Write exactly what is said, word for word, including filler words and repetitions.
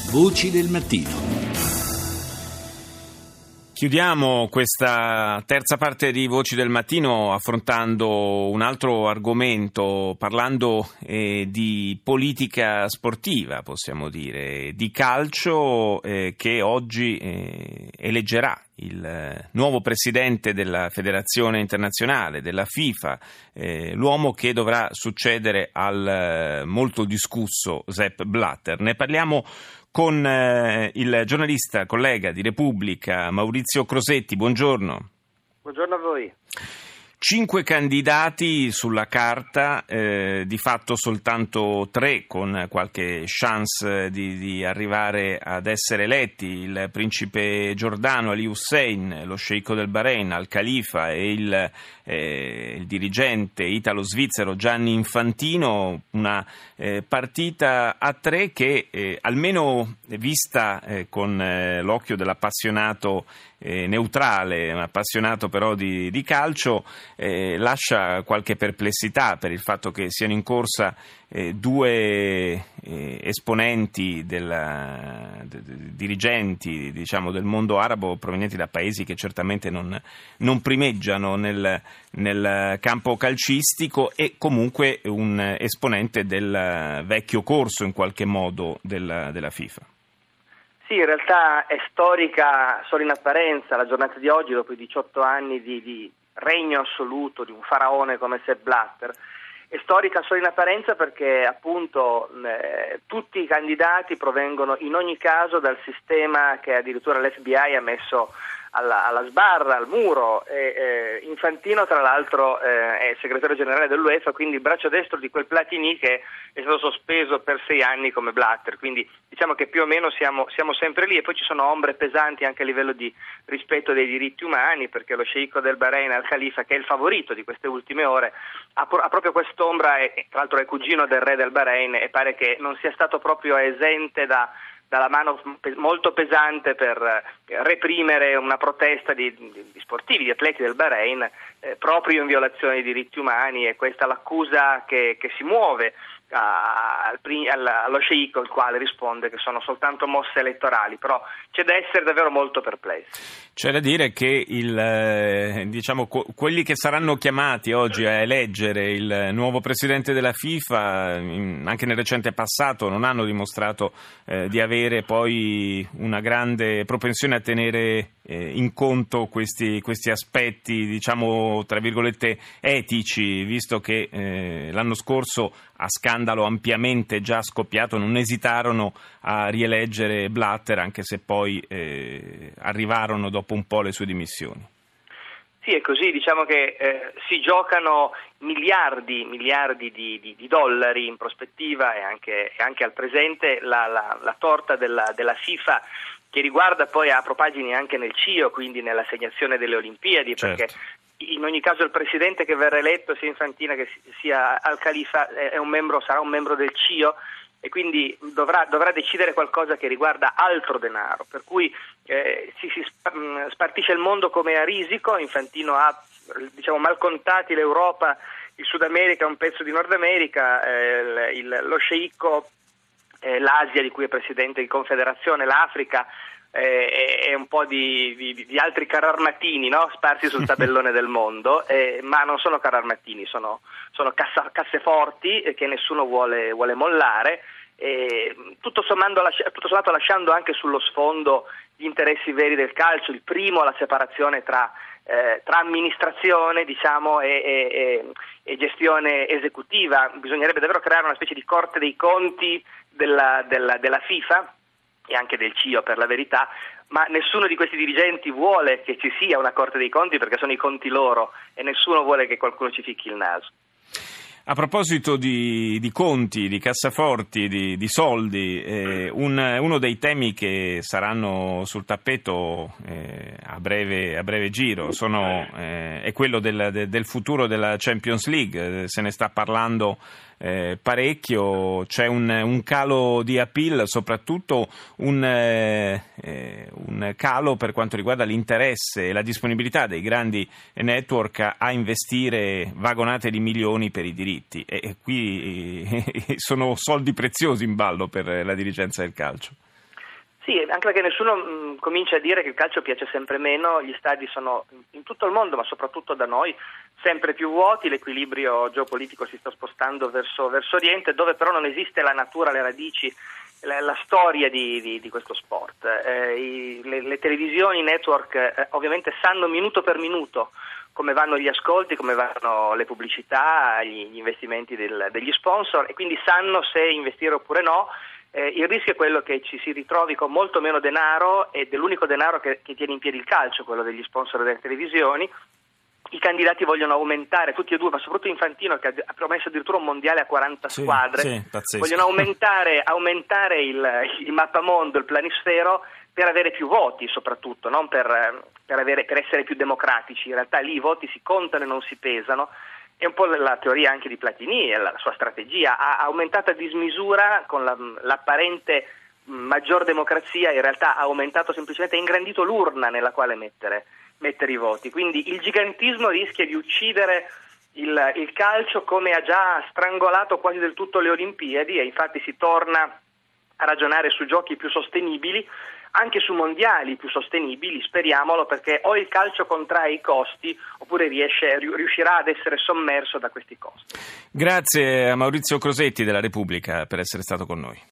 Voci del mattino. Chiudiamo questa terza parte di Voci del Mattino affrontando un altro argomento, parlando eh, di politica sportiva, possiamo dire, di calcio eh, che oggi eh, eleggerà il eh, nuovo presidente della Federazione Internazionale, della FIFA, eh, l'uomo che dovrà succedere al eh, molto discusso Sepp Blatter. Ne parliamo con eh, il giornalista, collega di Repubblica, Maurizio Crosetti. Buongiorno. Buongiorno a voi. Cinque candidati sulla carta, eh, di fatto soltanto tre con qualche chance di, di arrivare ad essere eletti: il principe giordano Ali Hussein, lo sceicco del Bahrain Al Khalifa e il, eh, il dirigente italo-svizzero Gianni Infantino. Una eh, partita a tre che, eh, almeno vista eh, con eh, l'occhio dell'appassionato eh, neutrale, un appassionato però di, di calcio, Eh, lascia qualche perplessità per il fatto che siano in corsa eh, due eh, esponenti della, de, de, dirigenti diciamo del mondo arabo provenienti da paesi che certamente non, non primeggiano nel, nel campo calcistico, e comunque un esponente del vecchio corso in qualche modo della, della FIFA. Sì, in realtà è storica solo in apparenza la giornata di oggi, dopo i diciotto anni di, di regno assoluto di un faraone come Sepp Blatter. È storica solo in apparenza perché appunto eh, tutti i candidati provengono in ogni caso dal sistema che addirittura l'F B I ha messo alla, alla sbarra, al muro. E, eh, Infantino tra l'altro eh, è segretario generale dell'UEFA, quindi il braccio destro di quel Platini che è stato sospeso per sei anni come Blatter, quindi diciamo che più o meno siamo, siamo sempre lì. E poi ci sono ombre pesanti anche a livello di rispetto dei diritti umani, perché lo sceicco del Bahrain Al Khalifa, che è il favorito di queste ultime ore, ha, pro- ha proprio quest'ombra, e tra l'altro è cugino del re del Bahrain, e pare che non sia stato proprio esente da dalla mano molto pesante per reprimere una protesta di, di, di sportivi, di atleti del Bahrain, eh, proprio in violazione dei diritti umani. E questa è l'accusa che, che si muove a, al, allo sceicco, il quale risponde che sono soltanto mosse elettorali, però c'è da essere davvero molto perplessi. C'è da dire che il, eh, diciamo, co- quelli che saranno chiamati oggi a eleggere il nuovo presidente della FIFA, in, anche nel recente passato, non hanno dimostrato eh, di avere poi una grande propensione a tenere eh, in conto questi, questi aspetti, diciamo, tra virgolette, etici, visto che eh, l'anno scorso, a scandalo ampiamente già scoppiato, non esitarono a rieleggere Blatter, anche se poi eh, arrivarono dopo un po' le sue dimissioni. Sì, è così, diciamo che eh, si giocano miliardi, miliardi di, di, di dollari in prospettiva e anche, e anche al presente la, la, la torta della, della FIFA, che riguarda poi a propagini anche nel C I O, quindi nell'assegnazione delle Olimpiadi, certo. Perché in ogni caso il presidente che verrà eletto, sia Infantino che sia Al Khalifa, è un membro, sarà un membro del C I O, e quindi dovrà, dovrà decidere qualcosa che riguarda altro denaro, per cui eh, si, si spartisce il mondo come a risico. Infantino ha, diciamo, malcontati l'Europa, il Sud America, un pezzo di Nord America, eh, il, lo sceicco, eh, l'Asia di cui è presidente di confederazione, l'Africa, eh, e un po' di, di, di altri carrarmatini, no? Sparsi sul tabellone del mondo, eh, ma non sono carrarmatini, sono, sono cassa, casseforti eh, che nessuno vuole, vuole mollare, eh, tutto, sommando, tutto sommato lasciando anche sullo sfondo gli interessi veri del calcio. Il primo, la separazione tra Eh, tra amministrazione, diciamo, e, e, e gestione esecutiva. Bisognerebbe davvero creare una specie di corte dei conti della, della, della FIFA e anche del C I O, per la verità, ma nessuno di questi dirigenti vuole che ci sia una corte dei conti, perché sono i conti loro e nessuno vuole che qualcuno ci ficchi il naso. A proposito di, di conti, di cassaforti, di, di soldi, eh, un, uno dei temi che saranno sul tappeto eh, a, breve, a breve giro sono, eh, è quello del, de, del futuro della Champions League. Se ne sta parlando eh, parecchio, c'è un, un calo di appeal, soprattutto un, eh, un calo per quanto riguarda l'interesse e la disponibilità dei grandi network a investire vagonate di milioni per i diritti. E, e qui sono soldi preziosi in ballo per la dirigenza del calcio. Sì, anche perché nessuno mh, comincia a dire che il calcio piace sempre meno, gli stadi sono in tutto il mondo, ma soprattutto da noi, sempre più vuoti, l'equilibrio geopolitico si sta spostando verso, verso Oriente, dove però non esiste la natura, le radici, la, la storia di, di, di questo sport. Eh, i, le, le televisioni, i network eh, ovviamente sanno minuto per minuto come vanno gli ascolti, come vanno le pubblicità, gli, gli investimenti del, degli sponsor, e quindi sanno se investire oppure no. Eh, il rischio è quello che ci si ritrovi con molto meno denaro, ed è l'unico denaro che, che tiene in piedi il calcio, quello degli sponsor delle televisioni. I candidati vogliono aumentare, tutti e due, ma soprattutto Infantino, che ha promesso addirittura un mondiale a quaranta sì, squadre, sì, vogliono aumentare, aumentare il, il mappamondo, il planisfero, per avere più voti soprattutto, non per, per, avere, per essere più democratici. In realtà lì i voti si contano e non si pesano. È un po' la teoria anche di Platini, la sua strategia, ha aumentato a dismisura con la, l'apparente maggior democrazia, in realtà ha aumentato semplicemente, ha ingrandito l'urna nella quale mettere, mettere i voti, quindi il gigantismo rischia di uccidere il, il calcio, come ha già strangolato quasi del tutto le Olimpiadi, e infatti si torna a ragionare su giochi più sostenibili, anche su mondiali più sostenibili, speriamolo, perché o il calcio contrae i costi oppure riesce, riuscirà ad essere sommerso da questi costi. Grazie a Maurizio Crosetti della Repubblica per essere stato con noi.